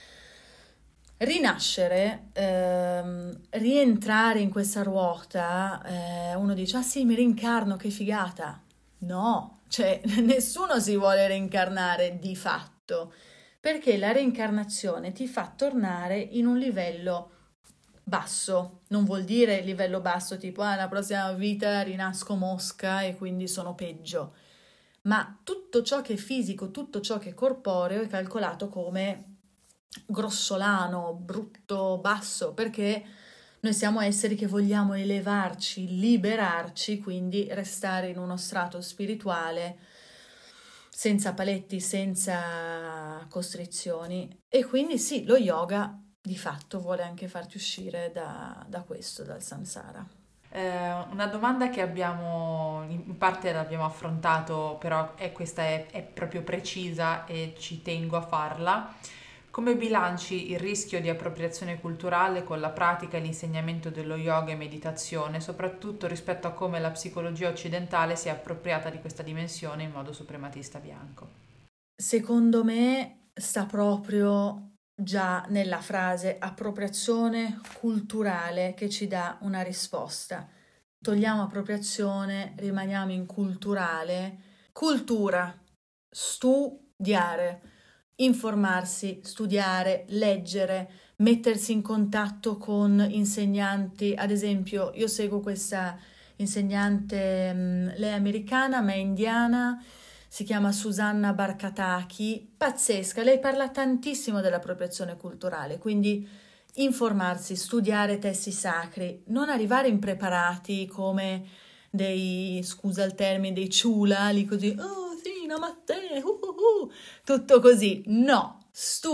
Rinascere, rientrare in questa ruota, uno dice, ah sì, mi rincarno, che figata. No, cioè nessuno si vuole reincarnare di fatto, perché la reincarnazione ti fa tornare in un livello basso. Non vuol dire livello basso tipo, la prossima vita rinasco mosca e quindi sono peggio. Ma tutto ciò che è fisico, tutto ciò che è corporeo è calcolato come grossolano, brutto, basso, perché noi siamo esseri che vogliamo elevarci, liberarci, quindi restare in uno strato spirituale senza paletti, senza costrizioni. E quindi sì, lo yoga di fatto vuole anche farti uscire da questo, dal samsara. Una domanda che abbiamo, in parte l'abbiamo affrontato, però questa è proprio precisa e ci tengo a farla. Come bilanci il rischio di appropriazione culturale con la pratica e l'insegnamento dello yoga e meditazione, soprattutto rispetto a come la psicologia occidentale si è appropriata di questa dimensione in modo suprematista bianco? Secondo me sta proprio già nella frase appropriazione culturale che ci dà una risposta. Togliamo appropriazione, rimaniamo in culturale. Cultura, studiare, informarsi, studiare, leggere, mettersi in contatto con insegnanti. Ad esempio, io seguo questa insegnante, lei è americana ma è indiana, si chiama Susanna Barkataki, pazzesca, lei parla tantissimo dell'appropriazione culturale, quindi informarsi, studiare testi sacri, non arrivare impreparati come dei, scusa il termine, dei ciula, lì così, oh sì, namaste, tutto così, no,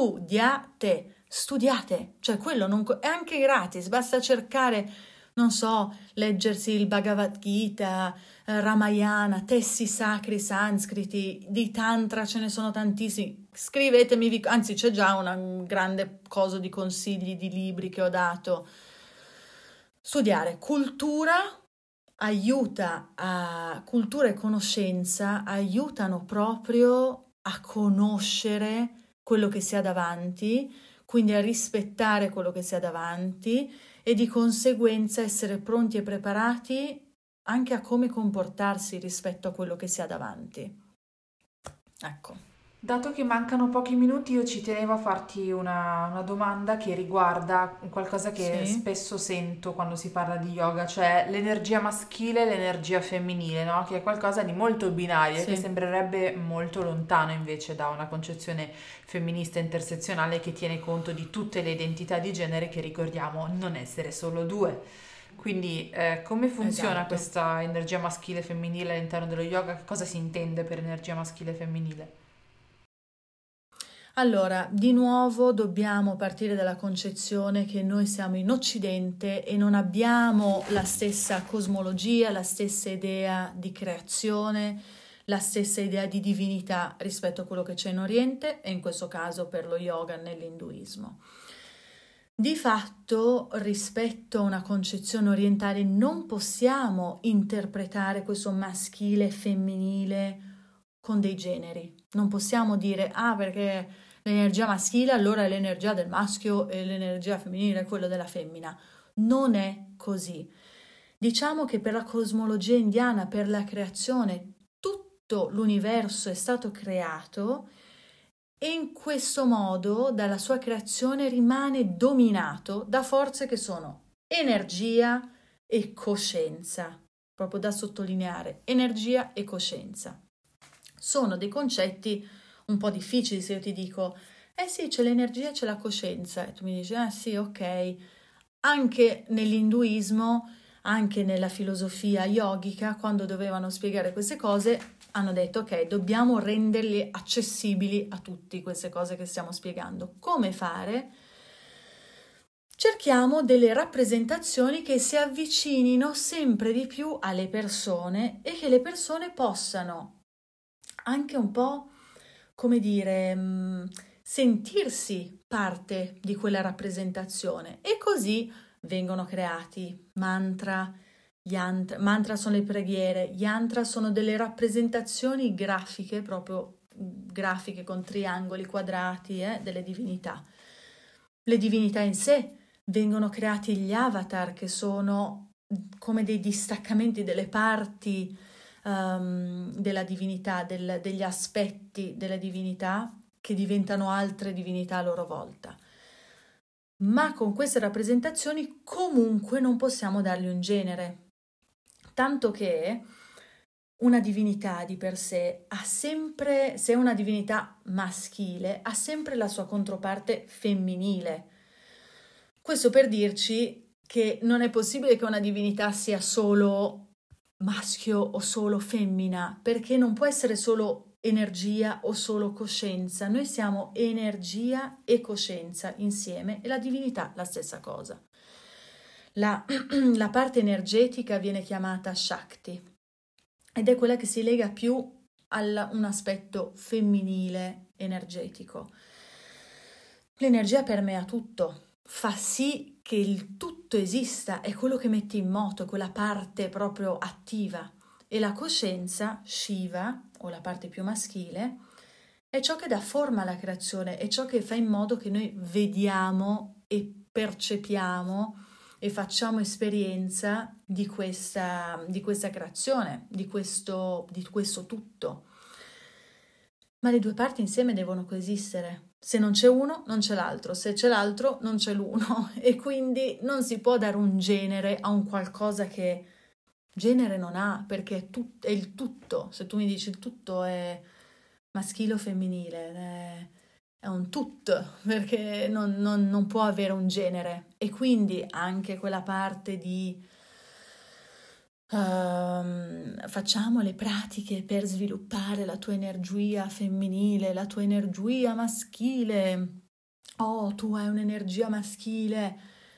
studiate, cioè quello non, è anche gratis, basta cercare, non so, leggersi il Bhagavad Gita, Ramayana, testi sacri sanscriti, di Tantra ce ne sono tantissimi. Scrivetemi, anzi c'è già un grande coso di consigli di libri che ho dato. Studiare cultura cultura e conoscenza aiutano proprio a conoscere quello che si ha davanti, quindi a rispettare quello che si ha davanti e di conseguenza essere pronti e preparati anche a come comportarsi rispetto a quello che si ha davanti. Ecco. Dato che mancano pochi minuti, io ci tenevo a farti una domanda che riguarda qualcosa che Sì. spesso sento quando si parla di yoga, cioè l'energia maschile e l'energia femminile, no? Che è qualcosa di molto binario e che Sì. sembrerebbe molto lontano invece da una concezione femminista intersezionale che tiene conto di tutte le identità di genere che ricordiamo non essere solo due. Quindi, come funziona Esatto. questa energia maschile e femminile all'interno dello yoga? Che cosa si intende per energia maschile e femminile? Allora, di nuovo dobbiamo partire dalla concezione che noi siamo in Occidente e non abbiamo la stessa cosmologia, la stessa idea di creazione, la stessa idea di divinità rispetto a quello che c'è in Oriente e in questo caso per lo yoga nell'induismo. Di fatto, rispetto a una concezione orientale, non possiamo interpretare questo maschile e femminile con dei generi. Non possiamo dire, perché l'energia maschile allora è l'energia del maschio e l'energia femminile è quella della femmina. Non è così. Diciamo che per la cosmologia indiana, per la creazione, tutto l'universo è stato creato e in questo modo dalla sua creazione rimane dominato da forze che sono energia e coscienza, proprio da sottolineare, energia e coscienza. Sono dei concetti un po' difficili se io ti dico, sì, c'è l'energia e c'è la coscienza, e tu mi dici, sì, ok. Anche nell'induismo, anche nella filosofia yogica, quando dovevano spiegare queste cose, hanno detto, ok, dobbiamo renderle accessibili a tutti queste cose che stiamo spiegando. Come fare? Cerchiamo delle rappresentazioni che si avvicinino sempre di più alle persone e che le persone possano anche un po', come dire, sentirsi parte di quella rappresentazione e così vengono creati mantra, yantra. Mantra sono le preghiere, yantra sono delle rappresentazioni grafiche, proprio grafiche con triangoli, quadrati, delle divinità. Le divinità in sé vengono creati gli avatar che sono come dei distaccamenti delle parti della divinità, degli aspetti della divinità che diventano altre divinità a loro volta. Ma con queste rappresentazioni comunque non possiamo dargli un genere, tanto che una divinità di per sé ha sempre, se è una divinità maschile, ha sempre la sua controparte femminile. Questo per dirci che non è possibile che una divinità sia solo maschio o solo femmina, perché non può essere solo energia o solo coscienza. Noi siamo energia e coscienza insieme e la divinità la stessa cosa. La parte energetica viene chiamata Shakti ed è quella che si lega più a un aspetto femminile energetico. L'energia permea tutto, fa sì che il tutto esista, è quello che mette in moto, quella parte proprio attiva. E la coscienza, Shiva, o la parte più maschile, è ciò che dà forma alla creazione, è ciò che fa in modo che noi vediamo e percepiamo e facciamo esperienza di questa creazione, di questo tutto. Ma le due parti insieme devono coesistere. Se non c'è uno, non c'è l'altro. Se c'è l'altro, non c'è l'uno. E quindi non si può dare un genere a un qualcosa che genere non ha, perché è il tutto. Se tu mi dici il tutto è maschile o femminile, è un tutto, perché non può avere un genere. E quindi anche quella parte di facciamo le pratiche per sviluppare la tua energia femminile, la tua energia maschile. Oh, tu hai un'energia maschile,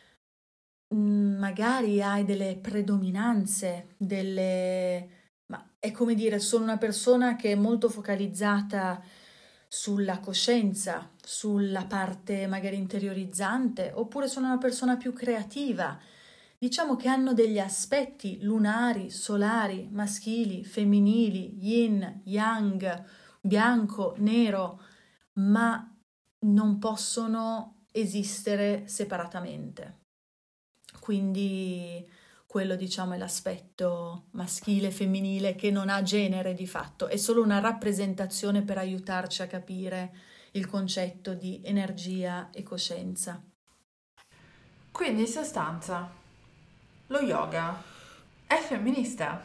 magari hai delle predominanze, ma è come dire, sono una persona che è molto focalizzata sulla coscienza, sulla parte magari interiorizzante, oppure sono una persona più creativa. Diciamo che hanno degli aspetti lunari, solari, maschili, femminili, yin, yang, bianco, nero, ma non possono esistere separatamente. Quindi quello, diciamo, è l'aspetto maschile e femminile che non ha genere di fatto, è solo una rappresentazione per aiutarci a capire il concetto di energia e coscienza. Quindi in sostanza lo yoga è femminista?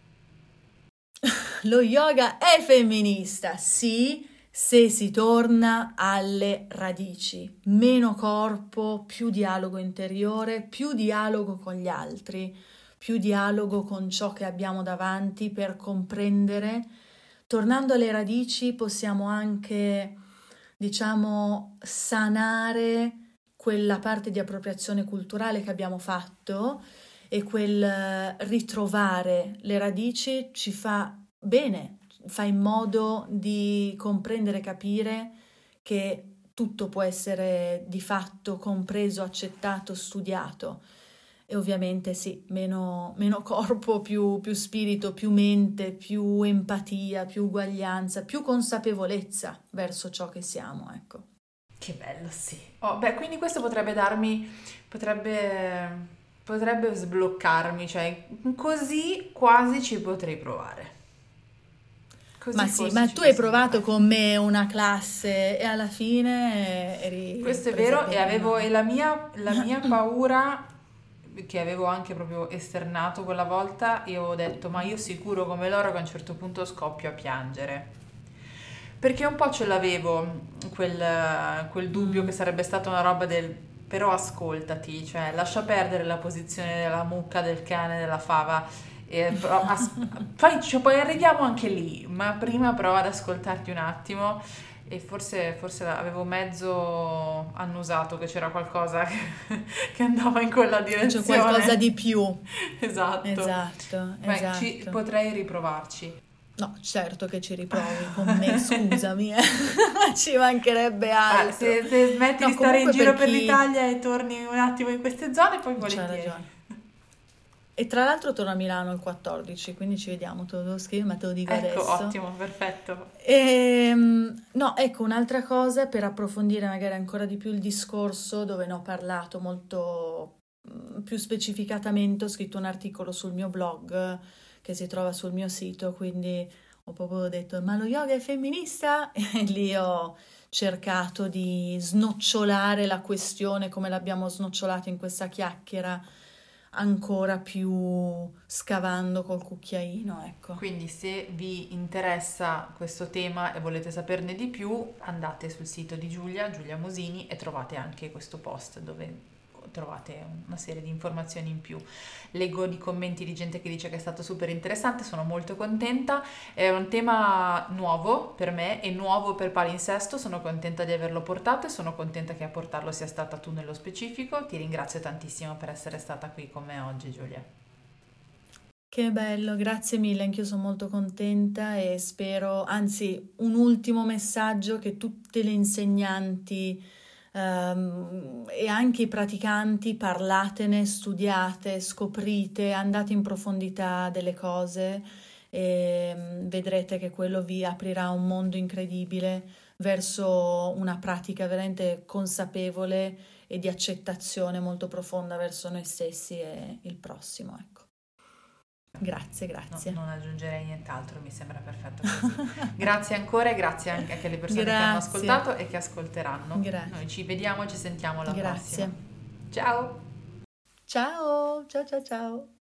Lo yoga è femminista, sì, se si torna alle radici. Meno corpo, più dialogo interiore, più dialogo con gli altri, più dialogo con ciò che abbiamo davanti per comprendere. Tornando alle radici possiamo anche, diciamo, sanare quella parte di appropriazione culturale che abbiamo fatto, e quel ritrovare le radici ci fa bene, fa in modo di comprendere e capire che tutto può essere di fatto compreso, accettato, studiato. E ovviamente sì, meno corpo, più spirito, più mente, più empatia, più uguaglianza, più consapevolezza verso ciò che siamo, ecco. Che bello, sì. Oh, beh, quindi questo potrebbe sbloccarmi, cioè così quasi ci potrei provare. Così Ma sì, forse ma ci tu hai posso provato provare. con me una classe e alla fine eri Questo è presa vero, e bene, avevo no? e la mia paura, che avevo anche proprio esternato quella volta, e ho detto, ma io sicuro come loro che a un certo punto scoppio a piangere. Perché un po' ce l'avevo quel dubbio che Mm. sarebbe stata una roba del però ascoltati, cioè lascia perdere la posizione della mucca, del cane, della fava. Poi arriviamo anche lì, ma prima prova ad ascoltarti un attimo. E forse avevo mezzo annusato che c'era qualcosa che andava in quella Che c'è qualcosa direzione. di più. Esatto. Esatto, Beh, esatto. potrei riprovarci. No, certo che ci riprovi con me, scusami, ci mancherebbe altro. Se smetti di No, stare in comunque per giro per chi... l'Italia e torni un attimo in queste zone, poi C'ha volentieri. ragione. E tra l'altro torno a Milano il 14, quindi ci vediamo, te lo devo scrivere, ma te lo dico Ecco, adesso. ottimo, perfetto. No, ecco, un'altra cosa per approfondire magari ancora di più il discorso, dove ne ho parlato molto più specificatamente, ho scritto un articolo sul mio blog che si trova sul mio sito, quindi ho proprio detto, ma lo yoga è femminista? E lì ho cercato di snocciolare la questione come l'abbiamo snocciolata in questa chiacchiera, ancora più scavando col cucchiaino, ecco. Quindi se vi interessa questo tema e volete saperne di più, andate sul sito di Giulia Mosini, e trovate anche questo post dove trovate una serie di informazioni in più. Leggo di commenti di gente che dice che è stato super interessante, sono molto contenta. È un tema nuovo per me e nuovo per Palinsesto, sono contenta di averlo portato e sono contenta che a portarlo sia stata tu nello specifico. Ti ringrazio tantissimo per essere stata qui con me oggi, Giulia. Che bello, grazie mille, anch'io sono molto contenta e spero, anzi, un ultimo messaggio che tutte le insegnanti e anche i praticanti parlatene, studiate, scoprite, andate in profondità delle cose e vedrete che quello vi aprirà un mondo incredibile verso una pratica veramente consapevole e di accettazione molto profonda verso noi stessi e il prossimo, ecco. Grazie, No, grazie. non aggiungerei nient'altro, mi sembra perfetto così. Grazie ancora e grazie anche alle persone che hanno Grazie, ascoltato e che ascolteranno. Noi ci vediamo e ci sentiamo alla prossima. grazie. Ciao! Ciao, ciao, ciao, ciao.